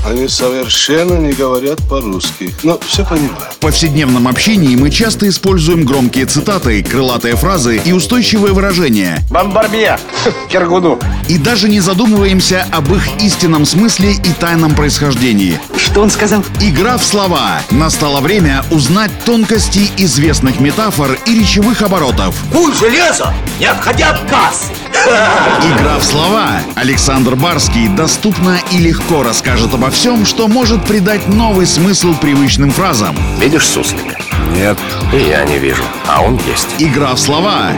Они совершенно не говорят по-русски, но все понимаю. В повседневном общении мы часто используем громкие цитаты, крылатые фразы и устойчивые выражения. Бомбарбье! Киргуду! И даже не задумываемся об их истинном смысле и тайном происхождении. Что он сказал? Игра в слова. Настало время узнать тонкости известных метафор и речевых оборотов. Куй железо, не отходя от кассы. Игра в слова. Александр Барский доступно и легко расскажет обо всем, что может придать новый смысл привычным фразам. Видишь суслика? Нет. И я не вижу, а он есть. Игра в слова.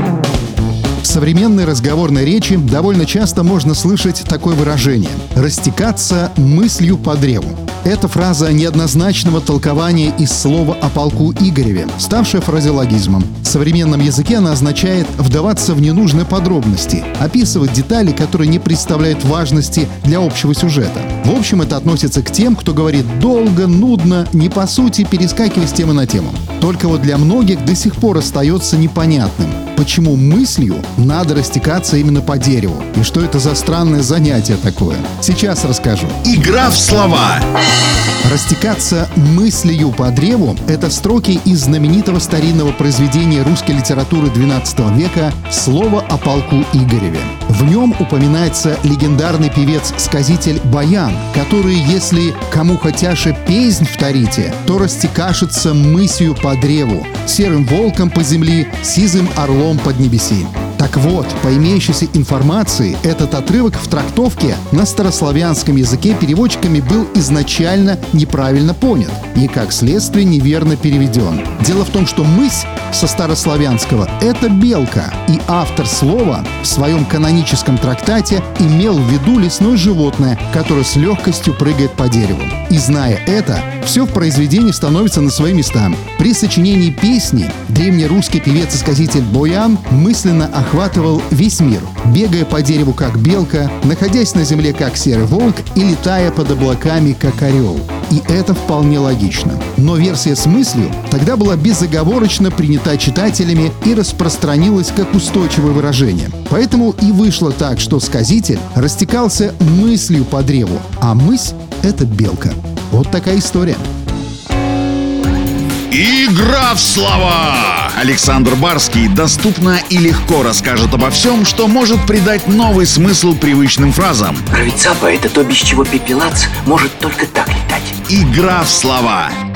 В современной разговорной речи довольно часто можно слышать такое выражение «растекаться мыслью по древу». Это фраза неоднозначного толкования из слова о полку Игореве, ставшая фразеологизмом. В современном языке она означает «вдаваться в ненужные подробности», описывать детали, которые не представляют важности для общего сюжета. В общем, это относится к тем, кто говорит долго, нудно, не по сути, перескакивая с темы на тему. Только вот для многих до сих пор остается непонятным, почему мыслью надо растекаться именно по дереву. И что это за странное занятие такое? Сейчас расскажу. Игра в слова. Растекаться мыслью по древу — это строки из знаменитого старинного произведения русской литературы XII века «Слово о полку Игореве». В нем упоминается легендарный певец-сказитель Баян, который, если кому хотяше песнь вторите, то растекашется мысью по древу, серым волком по земли, сизым орлом под небеси. Так вот, по имеющейся информации, этот отрывок в трактовке на старославянском языке переводчиками был изначально неправильно понят и, как следствие, неверно переведен. Дело в том, что «мысь» со старославянского — это белка, и автор слова в своем каноническом трактате имел в виду лесное животное, которое с легкостью прыгает по дереву. И зная это, все в произведении становится на свои места. При сочинении песни древнерусский певец и сказитель Баян мысленно охватывал весь мир, бегая по дереву как белка, находясь на земле как серый волк и летая под облаками как орел. И это вполне логично. Но версия с мыслью тогда была безоговорочно принята читателями и распространилась как устойчивое выражение. Поэтому и вышло так, что сказитель растекался мыслью по древу, а мысь — это белка. Вот такая история. Игра в слова. Александр Барский доступно и легко расскажет обо всем, что может придать новый смысл привычным фразам. Равицапа — это то, без чего пепелац может только так летать. Игра в слова.